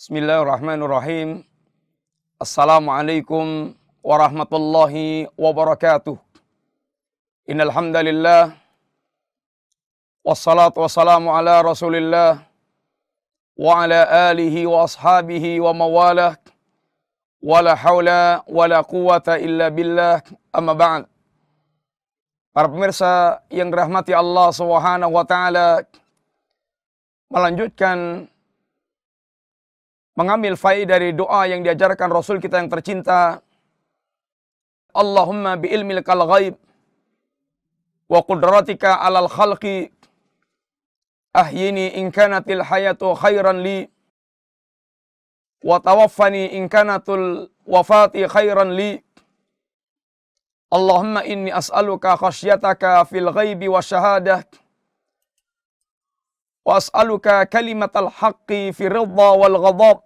Bismillahirrahmanirrahim. Assalamualaikum warahmatullahi wabarakatuh. Innal hamdalillah wassalatu wassalamu ala Rasulillah wa ala alihi wa ashabihi wa mawalah. Wala haula wala quwata illa billah. Amma ba'd. Para pemirsa yang dirahmati Allah Subhanahu wa taala, melanjutkan mengambil faedah dari doa yang diajarkan Rasul kita yang tercinta. Allahumma bi ilmikal ghaib wa qudratika alal khalqi ahyini in kanatil hayatu khairan li wa tawaffani in kanatul wafati khairan li. Allahumma inni as'aluka khasyataka fil ghaibi wa syahadah wa as'aluka kalimatal haqqi fi ridha wal ghadab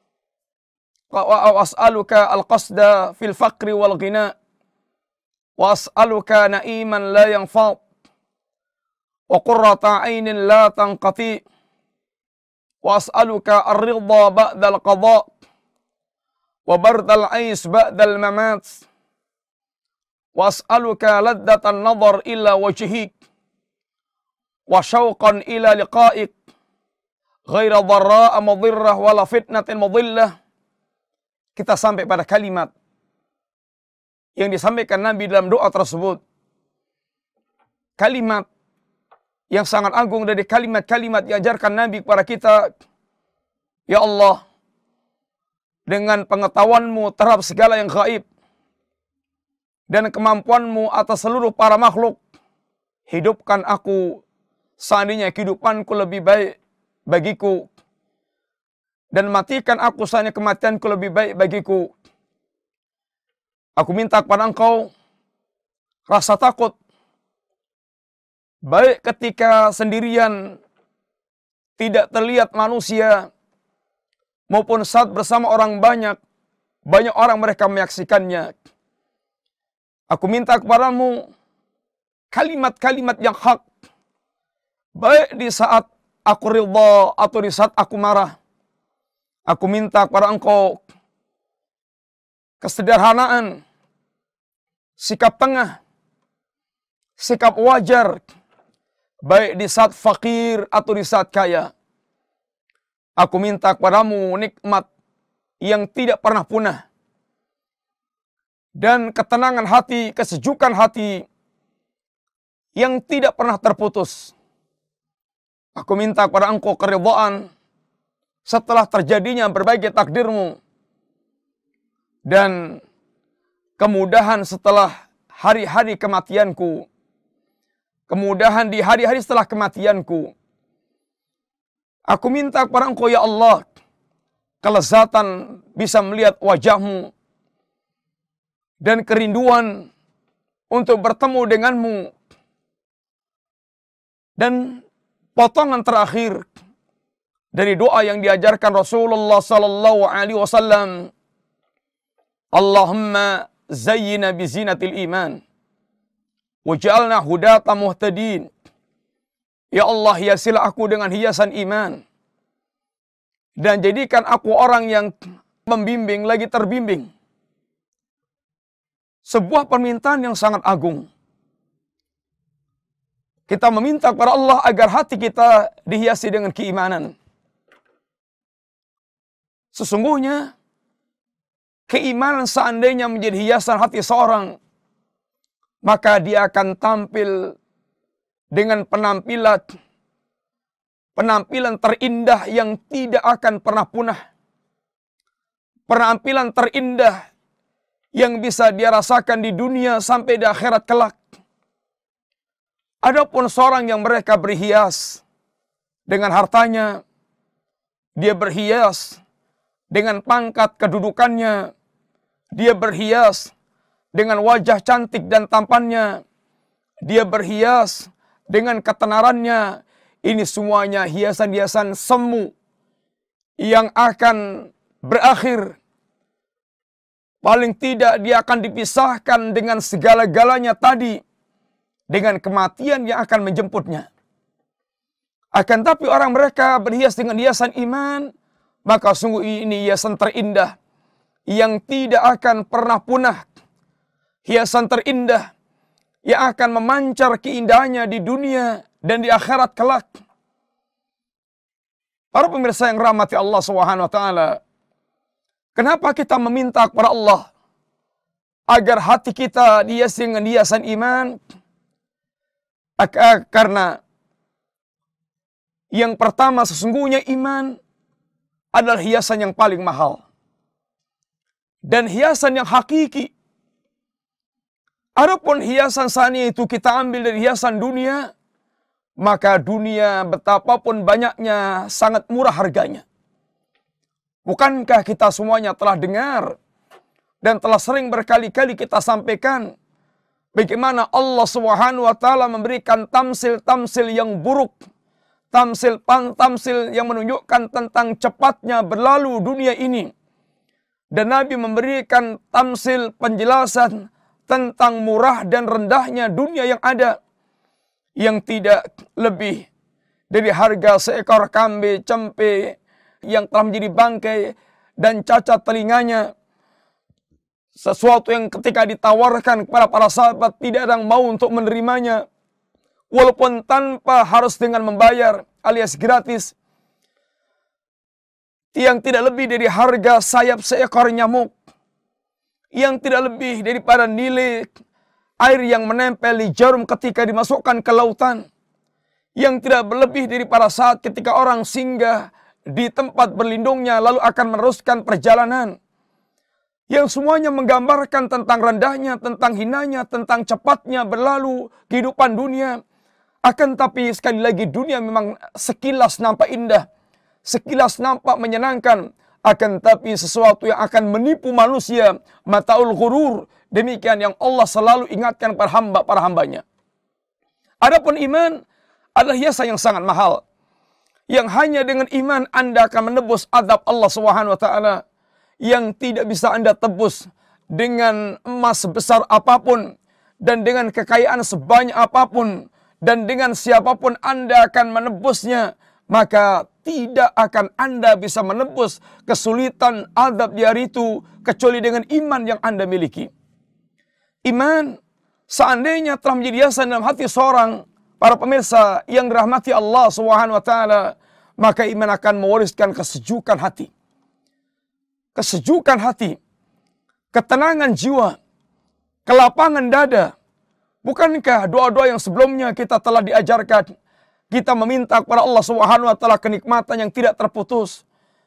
wa as'aluka al-qasda fil faqri wal ghina wa as'aluka na'iman la yanfad wa qurrata 'ainin la tanqati wa as'aluka ar-ridha ba'da al-qada wa bardal 'ais ba'da al-mamat wa as'aluka laddatan nadhar ila wajhik wa syauqan ila liqa'ik ghaira dharra'a mudhirrah wala fitnatin mudhillah. Kita sampai pada kalimat yang disampaikan Nabi dalam doa tersebut. Kalimat yang sangat agung dari kalimat-kalimat yang diajarkan Nabi kepada kita. Ya Allah, dengan pengetahuan-Mu terhadap segala yang gaib dan kemampuan-Mu atas seluruh para makhluk, hidupkan aku seandainya kehidupanku lebih baik bagiku, dan matikan aku seandainya kematianku lebih baik bagiku. Aku minta kepada Engkau rasa takut, baik ketika sendirian tidak terlihat manusia, maupun saat bersama orang banyak orang mereka menyaksikannya. Aku minta kepadamu kalimat-kalimat yang hak, baik di saat aku ridha atau di saat aku marah. Aku minta kepada Engkau kesederhanaan, sikap tengah, sikap wajar, baik di saat fakir atau di saat kaya. Aku minta kepadamu nikmat yang tidak pernah punah, dan ketenangan hati, kesejukan hati yang tidak pernah terputus. Aku minta kepada Engkau keridhaan setelah terjadinya berbagai takdir-Mu, dan kemudahan setelah hari-hari kematianku, kemudahan di hari-hari setelah kematianku. Aku minta kepada Engkau ya Allah kelezatan bisa melihat wajah-Mu dan kerinduan untuk bertemu dengan-Mu. Dan potongan terakhir dari doa yang diajarkan Rasulullah sallallahu alaihi wasallam, Allahumma zayyina bi zinatil iman waj'alna hudata muhtadin. Ya Allah, hiasilah aku dengan hiasan iman dan jadikan aku orang yang membimbing lagi terbimbing. Sebuah permintaan yang sangat agung. Kita meminta kepada Allah agar hati kita dihiasi dengan keimanan. Sesungguhnya keimanan seandainya menjadi hiasan hati seorang, maka dia akan tampil dengan penampilan terindah yang tidak akan pernah punah. Penampilan terindah yang bisa dia rasakan di dunia sampai di akhirat kelak. Adapun seorang yang mereka berhias dengan hartanya, dia berhias dengan pangkat kedudukannya, dia berhias dengan wajah cantik dan tampannya, dia berhias dengan ketenarannya. Ini semuanya hiasan-hiasan semu yang akan berakhir. Paling tidak dia akan dipisahkan dengan segala-galanya tadi, dengan kematian yang akan menjemputnya. Akan tapi orang mereka berhias dengan hiasan iman, maka sungguh ini hiasan terindah yang tidak akan pernah punah. Hiasan terindah yang akan memancar keindahannya di dunia dan di akhirat kelak. Para pemirsa yang rahmati Allah Subhanahu wa taala, kenapa kita meminta kepada Allah agar hati kita dihiasi dengan hiasan iman? Karena yang pertama, sesungguhnya iman adalah hiasan yang paling mahal. Dan hiasan yang hakiki. Adapun hiasan sani itu kita ambil dari hiasan dunia, maka dunia betapapun banyaknya sangat murah harganya. Bukankah kita semuanya telah dengar dan telah sering berkali-kali kita sampaikan bagaimana Allah Subhanahu wa taala memberikan tamsil-tamsil yang buruk, tamsil yang menunjukkan tentang cepatnya berlalu dunia ini. Dan Nabi memberikan tamsil penjelasan tentang murah dan rendahnya dunia yang ada, yang tidak lebih dari harga seekor kambing cempe yang telah menjadi bangkai dan cacat telinganya. Sesuatu yang ketika ditawarkan kepada para sahabat tidak ada yang mau untuk menerimanya, walaupun tanpa harus dengan membayar alias gratis. Yang tidak lebih dari harga sayap seekor nyamuk, yang tidak lebih daripada nilai air yang menempel di jarum ketika dimasukkan ke lautan, yang tidak berlebih daripada saat ketika orang singgah di tempat berlindungnya lalu akan meneruskan perjalanan, yang semuanya menggambarkan tentang rendahnya, tentang hinanya, tentang cepatnya berlalu kehidupan dunia. Akan tapi sekali lagi dunia memang sekilas nampak indah, sekilas nampak menyenangkan, akan tapi sesuatu yang akan menipu manusia, mataul ghurur. Demikian yang Allah selalu ingatkan para hambanya. Adapun iman adalah hiasan yang sangat mahal, yang hanya dengan iman Anda akan menebus azab Allah Subhanahu wa taala, yang tidak bisa Anda tebus dengan emas sebesar apapun, dan dengan kekayaan sebanyak apapun, dan dengan siapapun Anda akan menebusnya, maka tidak akan Anda bisa menebus kesulitan azab di hari itu kecuali dengan iman yang Anda miliki. Iman seandainya telah menjadi hiasan dalam hati seorang, para pemirsa yang dirahmati Allah Subhanahu wa taala, maka iman akan mewariskan kesejukan hati. Kesejukan hati, ketenangan jiwa, kelapangan dada. Bukankah doa-doa yang sebelumnya kita telah diajarkan? Kita meminta kepada Allah Subhanahu wa taala kenikmatan yang tidak terputus.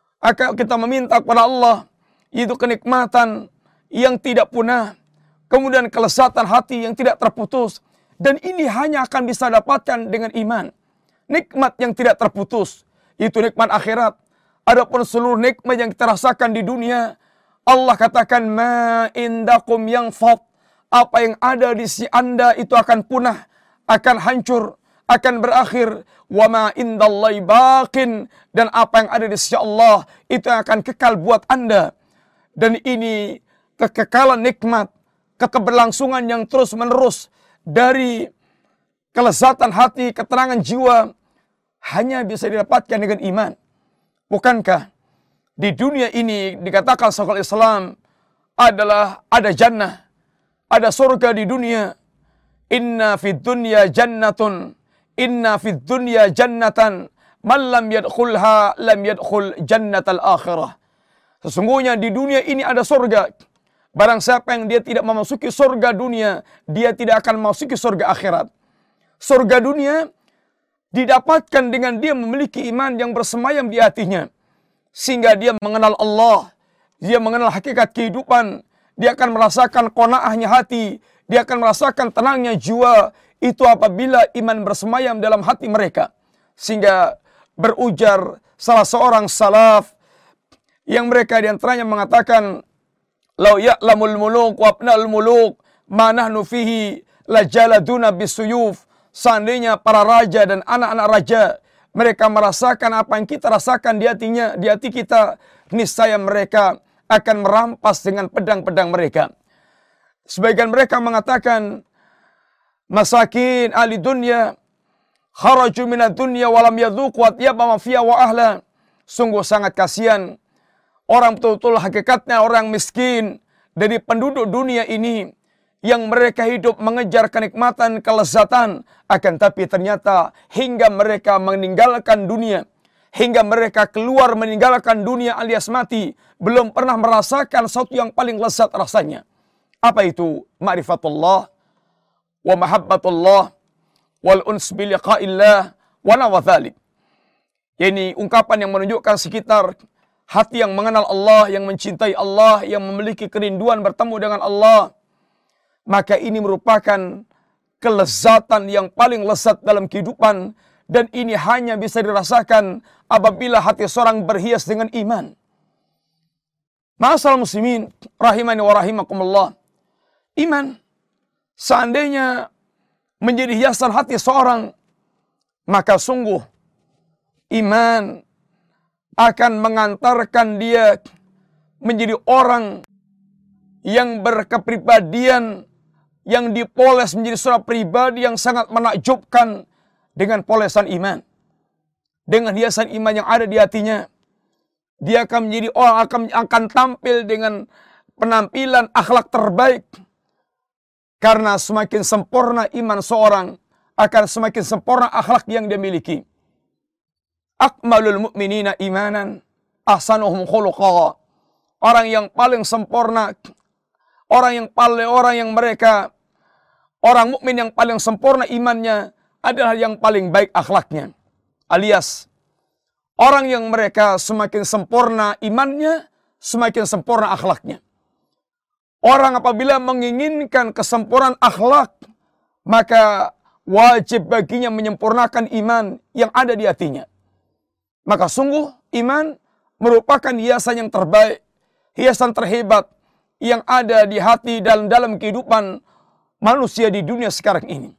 Kita meminta kepada Allah itu kenikmatan yang tidak punah. Kemudian kelezatan hati yang tidak terputus. Dan ini hanya akan bisa dapatkan dengan iman. Nikmat yang tidak terputus, itu nikmat akhirat. Adapun seluruh nikmat yang kita rasakan di dunia, Allah katakan ma indakum yanfad. Apa yang ada di sisi Anda itu akan punah, akan hancur, akan berakhir. Wa ma indallahi baqin, dan apa yang ada di sisi Allah itu akan kekal buat Anda. Dan ini kekekalan nikmat, keberlangsungan yang terus menerus dari kelezatan hati, ketenangan jiwa, hanya bisa didapatkan dengan iman. Bukankah di dunia ini dikatakan Syekhul Islam adalah ada jannah, ada surga di dunia. Inna fid dunya jannatun, inna fid dunya jannatan, man lam yadkhulha lam yadkhul jannatal akhirah. Sesungguhnya di dunia ini ada surga. Barang siapa yang dia tidak memasuki surga dunia, dia tidak akan memasuki surga akhirat. Surga dunia didapatkan dengan dia memiliki iman yang bersemayam di hatinya, sehingga dia mengenal Allah, dia mengenal hakikat kehidupan, dia akan merasakan qanaahnya hati, dia akan merasakan tenangnya jiwa. Itu apabila iman bersemayam dalam hati mereka. Sehingga berujar salah seorang salaf yang mereka diantaranya mengatakan, lau ya'lamul muluk wa abna'ul muluk ma nahnu fihi lajaladuna bisuyuf. Seandainya para raja dan anak-anak raja mereka merasakan apa yang kita rasakan di hatinya, di hati kita, niscaya mereka akan merampas dengan pedang-pedang mereka. Sebagian mereka mengatakan, masakin ahli dunya kharaju minad dunya walam yadhuqu atyaba ma fiha wa ahla. Sungguh sangat kasihan orang betul-betul hakikatnya orang miskin dari penduduk dunia ini yang mereka hidup mengejar kenikmatan, kelezatan, akan tapi ternyata hingga mereka meninggalkan dunia, hingga mereka keluar meninggalkan dunia alias mati, belum pernah merasakan sesuatu yang paling lezat rasanya. Apa itu? Ma'rifatullah wa mahabbatullah wal uns bi liqa'illah wa nawadzalik. Ini ungkapan yang menunjukkan sekitar hati yang mengenal Allah, yang mencintai Allah, yang memiliki kerinduan bertemu dengan Allah. Maka ini merupakan kelezatan yang paling lezat dalam kehidupan. Dan ini hanya bisa dirasakan apabila hati seorang berhias dengan iman. Ma'asal muslimin, rahimani wa rahimakumullah. Iman, seandainya menjadi hiasan hati seorang, maka sungguh iman akan mengantarkan dia menjadi orang yang berkepribadian, yang dipoles menjadi seorang pribadi yang sangat menakjubkan dengan polesan iman. Dengan hiasan iman yang ada di hatinya, dia akan menjadi orang akan tampil dengan penampilan akhlak terbaik. Karena semakin sempurna iman seorang, akan semakin sempurna akhlak yang dia miliki. Akmalul mu'minina imanan ahsanuhum khuluqa. Orang yang paling sempurna, orang mukmin yang paling sempurna imannya adalah yang paling baik akhlaknya. Alias orang yang mereka semakin sempurna imannya, semakin sempurna akhlaknya. Orang apabila menginginkan kesempurnaan akhlak, maka wajib baginya menyempurnakan iman yang ada di hatinya. Maka sungguh iman merupakan hiasan yang terbaik, hiasan terhebat yang ada di hati dan dalam kehidupan manusia di dunia sekarang ini.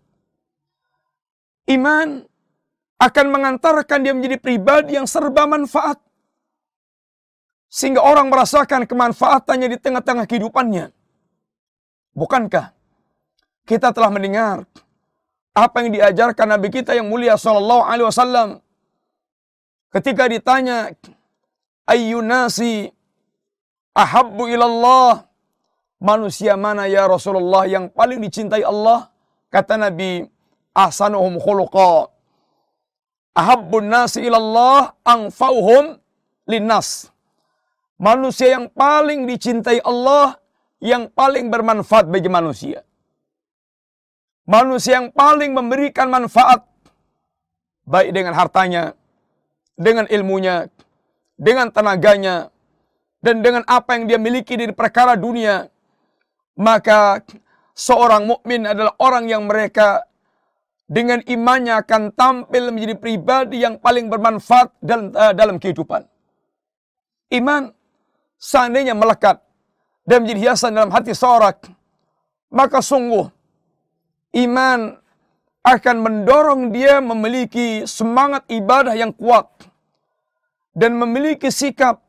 Iman akan mengantarkan dia menjadi pribadi yang serba manfaat. Sehingga orang merasakan kemanfaatannya di tengah-tengah kehidupannya. Bukankah kita telah mendengar apa yang diajarkan Nabi kita yang mulia sallallahu alaihi wasallam ketika ditanya, ayyun nasi ahabbu ilallah, manusia mana ya Rasulullah yang paling dicintai Allah? Kata Nabi, ahsanuhum khuluqa. Ahabbun nasi ilallah anfa'uhum linnas. Manusia yang paling dicintai Allah, yang paling bermanfaat bagi manusia. Manusia yang paling memberikan manfaat, baik dengan hartanya, dengan ilmunya, dengan tenaganya, dan dengan apa yang dia miliki dari perkara dunia. Maka seorang mukmin adalah orang yang mereka dengan imannya akan tampil menjadi pribadi yang paling bermanfaat dalam kehidupan. Iman seandainya melekat dan menjadi hiasan dalam hati seorang, maka sungguh iman akan mendorong dia memiliki semangat ibadah yang kuat dan memiliki sikap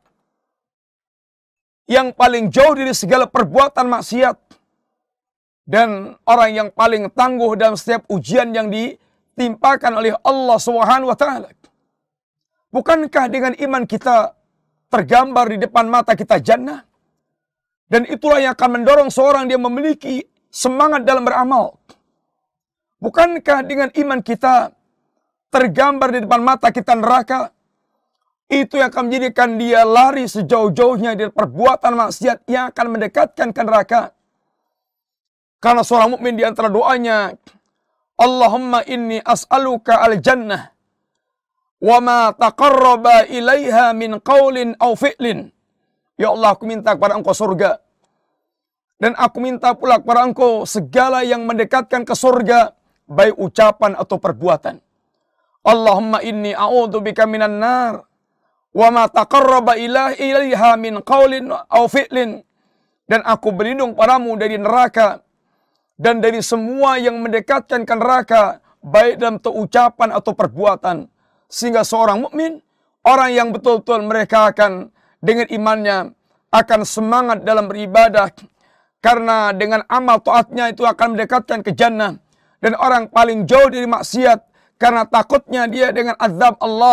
yang paling jauh dari segala perbuatan maksiat, dan orang yang paling tangguh dalam setiap ujian yang ditimpakan oleh Allah Subhanahu wa taala. Bukankah dengan iman kita tergambar di depan mata kita jannah? Dan itulah yang akan mendorong seorang dia memiliki semangat dalam beramal. Bukankah dengan iman kita tergambar di depan mata kita neraka? Itu yang akan menjadikan dia lari sejauh-jauhnya dari perbuatan maksiat yang akan mendekatkan ke neraka. Karena seorang mukmin di antara doanya, Allahumma inni as'aluka al-jannah wa ma taqarraba ilaiha min qaulin aw fi'lin. Ya Allah, aku minta kepada Engkau surga. Dan aku minta pula kepada Engkau segala yang mendekatkan ke surga, baik ucapan atau perbuatan. Allahumma inni a'udzubika minan nar wa ma taqarraba ilaiha min qaulin aw fi'lin. Dan aku berlindung padamu dari neraka dan dari semua yang mendekatkan ke neraka, baik dalam ucapan atau perbuatan. Sehingga seorang mukmin, orang yang betul-betul mereka akan dengan imannya akan semangat dalam beribadah, karena dengan amal taatnya itu akan mendekatkan ke jannah. Dan orang paling jauh dari maksiat karena takutnya dia dengan azab Allah,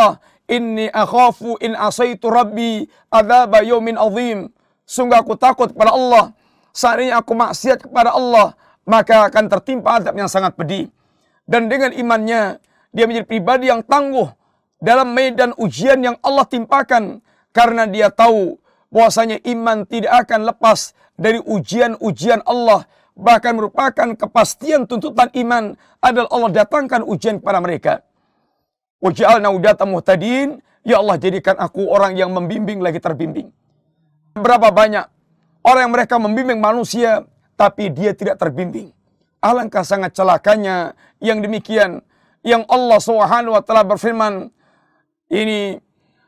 Inni akhafu in asaitu rabbi adzaba yaumin azim. Sungguh aku takut kepada Allah. Seandainya aku maksiat kepada Allah, maka akan tertimpa azab yang sangat pedih. Dan dengan imannya, dia menjadi pribadi yang tangguh dalam medan ujian yang Allah timpakan. Karena dia tahu bahwasanya iman tidak akan lepas dari ujian-ujian Allah. Bahkan merupakan kepastian tuntutan iman adalah Allah datangkan ujian kepada mereka. Waj'alna hudatan muhtadin. Ya Allah, jadikan aku orang yang membimbing lagi terbimbing. Berapa banyak orang yang mereka membimbing manusia, tapi dia tidak terbimbing. Alangkah sangat celakanya yang demikian. Yang Allah Subhanahu wa taala berfirman, ini,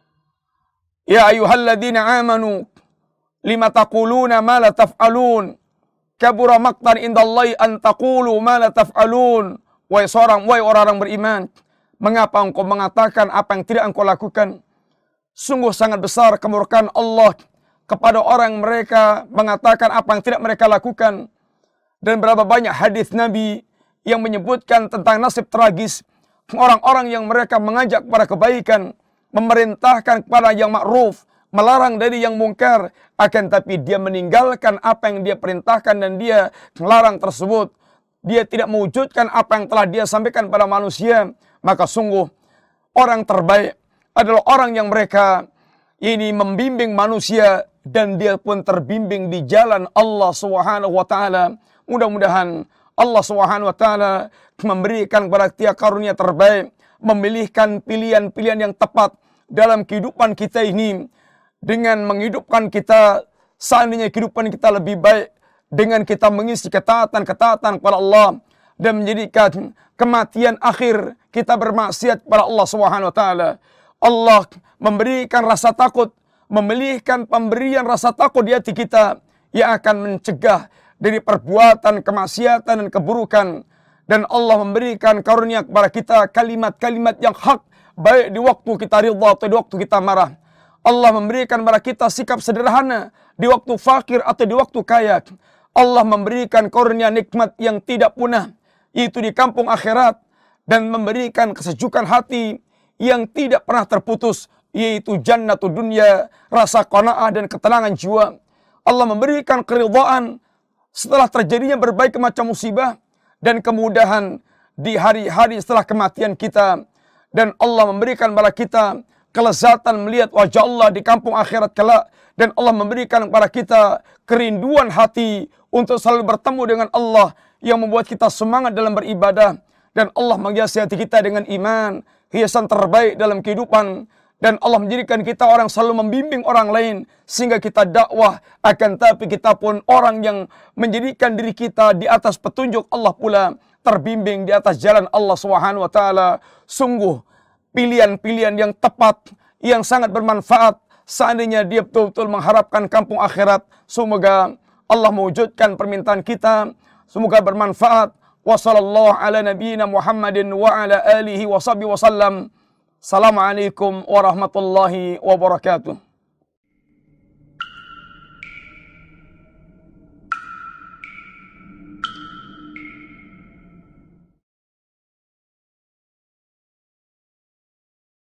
ya ayyuhalladzina amanu lima taquluna ma la taf'alun. Kabura maqtan indallahi an taqulu ma la taf'alun. Wahai orang-orang beriman, mengapa engkau mengatakan apa yang tidak engkau lakukan? Sungguh sangat besar kemurkaan Allah kepada orang mereka mengatakan apa yang tidak mereka lakukan. Dan berapa banyak hadis Nabi yang menyebutkan tentang nasib tragis orang-orang yang mereka mengajak kepada kebaikan, memerintahkan kepada yang ma'ruf, melarang dari yang mungkar, akan tapi dia meninggalkan apa yang dia perintahkan dan dia melarang tersebut. Dia tidak mewujudkan apa yang telah dia sampaikan pada manusia. Maka sungguh orang terbaik adalah orang yang mereka ini membimbing manusia dan dia pun terbimbing di jalan Allah Subhanahu wa taala. Mudah-mudahan Allah Subhanahu wa taala memberikan kepada kita karunia terbaik, memilihkan pilihan-pilihan yang tepat dalam kehidupan kita ini, dengan menghidupkan kita seandainya kehidupan kita lebih baik dengan kita mengisi ketaatan-ketaatan kepada Allah dan menjadikan kematian akhir kita bermaksiat kepada Allah Subhanahu wa taala. Allah memberikan rasa takut, memilihkan pemberian rasa takut di hati kita yang akan mencegah dari perbuatan kemaksiatan dan keburukan. Dan Allah memberikan karunia kepada kita kalimat-kalimat yang hak, baik di waktu kita ridha atau di waktu kita marah. Allah memberikan kepada kita sikap sederhana di waktu fakir atau di waktu kaya. Allah memberikan karunia nikmat yang tidak punah, yaitu di kampung akhirat, dan memberikan kesejukan hati yang tidak pernah terputus, yaitu jannatul dunya, rasa qanaah dan ketenangan jiwa. Allah memberikan keridhaan setelah terjadinya berbagai macam musibah dan kemudahan di hari-hari setelah kematian kita. Dan Allah memberikan kepada kita kelezatan melihat wajah Allah di kampung akhirat kelak. Dan Allah memberikan kepada kita kerinduan hati untuk selalu bertemu dengan Allah yang membuat kita semangat dalam beribadah. Dan Allah menghiasi hati kita dengan iman, hiasan terbaik dalam kehidupan. Dan Allah menjadikan kita orang selalu membimbing orang lain sehingga kita dakwah, akan tapi kita pun orang yang menjadikan diri kita di atas petunjuk Allah pula, terbimbing di atas jalan Allah Subhanahu wa taala. Sungguh pilihan-pilihan yang tepat, yang sangat bermanfaat seandainya dia betul-betul mengharapkan kampung akhirat. Semoga Allah mewujudkan permintaan kita, semoga bermanfaat. Wassallallahu ala nabiyyina Muhammadin wa ala alihi wa sahbihi wasallam. Assalamualaikum warahmatullahi wabarakatuh.